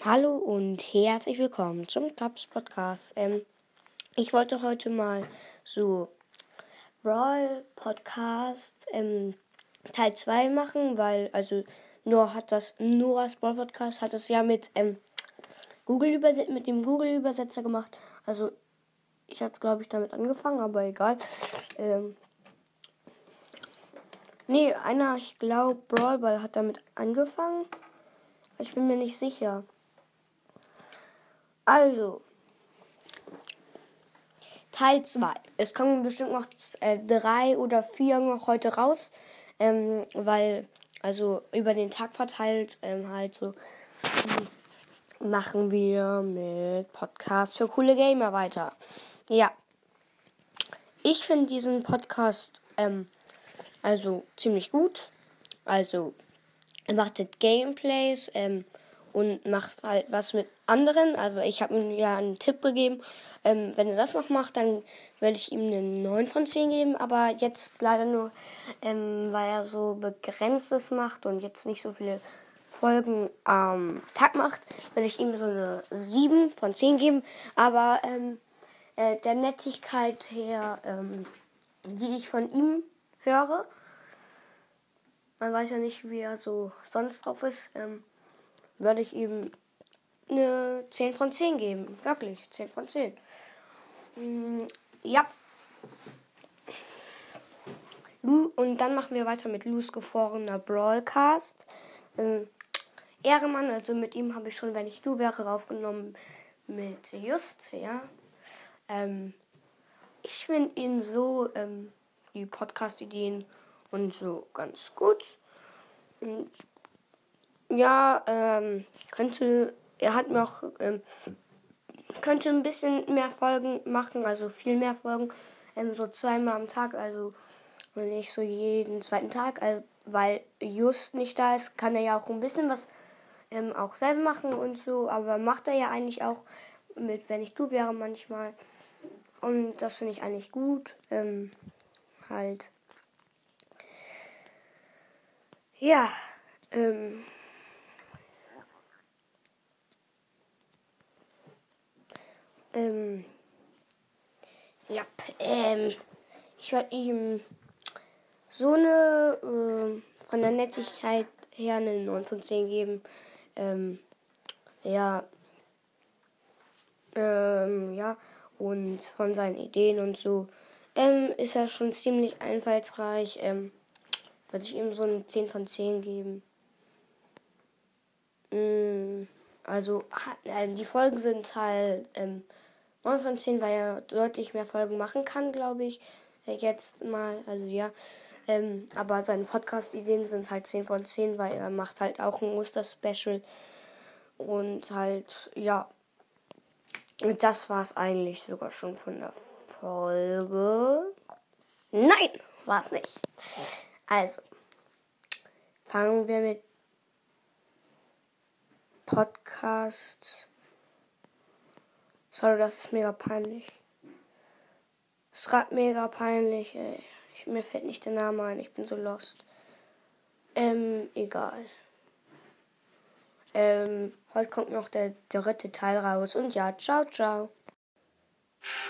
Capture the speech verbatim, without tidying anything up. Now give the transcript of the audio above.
Hallo und herzlich willkommen zum Taps Podcast. Ähm, ich wollte heute mal so Brawl Podcast ähm, Teil zwei machen, weil also Noah hat das Noahs Brawl Podcast hat das ja mit ähm, Google Überset mit dem Google Übersetzer gemacht. Also ich habe glaube ich damit angefangen, aber egal. Ähm, nee, einer, ich glaube Brawl Ball hat damit angefangen. Ich bin mir nicht sicher. Also, Teil zwei. Es kommen bestimmt noch äh, drei oder vier noch heute raus, ähm, weil, also über den Tag verteilt, ähm, halt so, ähm, machen wir mit Podcast für coole Gamer weiter. Ja, ich finde diesen Podcast, ähm, also ziemlich gut. Also, er macht jetzt Gameplays, ähm, und macht halt was mit anderen. Also ich habe ihm ja einen Tipp gegeben. Ähm, wenn er das noch macht, dann werde ich ihm eine neun von zehn geben. Aber jetzt leider nur, ähm, weil er so Begrenztes macht und jetzt nicht so viele Folgen am Tag macht, werde ich ihm so eine sieben von zehn geben. Aber ähm, äh, der Nettigkeit her, ähm, die ich von ihm höre, man weiß ja nicht, wie er so sonst drauf ist, ähm, würde ich ihm eine zehn von zehn geben. Wirklich, zehn von zehn. Mm, ja. Lu, und dann machen wir weiter mit Lus gefrorener Brawlcast. Ähm, Ehrenmann, also mit ihm habe ich schon, wenn ich du wäre, aufgenommen mit Just, ja. Ähm, ich finde ihn so, ähm, die Podcast-Ideen und so ganz gut. Und ja, ähm, könnte, er hat mir auch, ähm, könnte ein bisschen mehr Folgen machen, also viel mehr Folgen, ähm, so zweimal am Tag, also nicht so jeden zweiten Tag, also, weil Just nicht da ist, kann er ja auch ein bisschen was ähm, auch selber machen und so, aber macht er ja eigentlich auch mit, wenn ich du wäre manchmal, und das finde ich eigentlich gut, ähm, halt, ja, ähm, ähm, ja, ähm, ich werde ihm so eine, äh, von der Nettigkeit her eine neun von zehn geben. Ähm, ja, ähm, ja, und von seinen Ideen und so, ähm, ist er schon ziemlich einfallsreich. Ähm, würde ich ihm so eine zehn von zehn geben. Mm, also, äh, die Folgen sind halt, ähm, neun von zehn, weil er deutlich mehr Folgen machen kann, glaube ich. Jetzt mal, also ja. Ähm, aber seine Podcast-Ideen sind halt zehn von zehn, weil er macht halt auch ein Oster-Special. Und halt, ja. Und das war es eigentlich sogar schon von der Folge. Nein, war es nicht. Also, fangen wir mit Podcast. Sorry, das ist mega peinlich. Es ist gerade mega peinlich, ey. Ich, mir fällt nicht der Name ein, ich bin so lost. Ähm, egal. Ähm, heute kommt noch der dritte Teil raus. Und ja, ciao, ciao.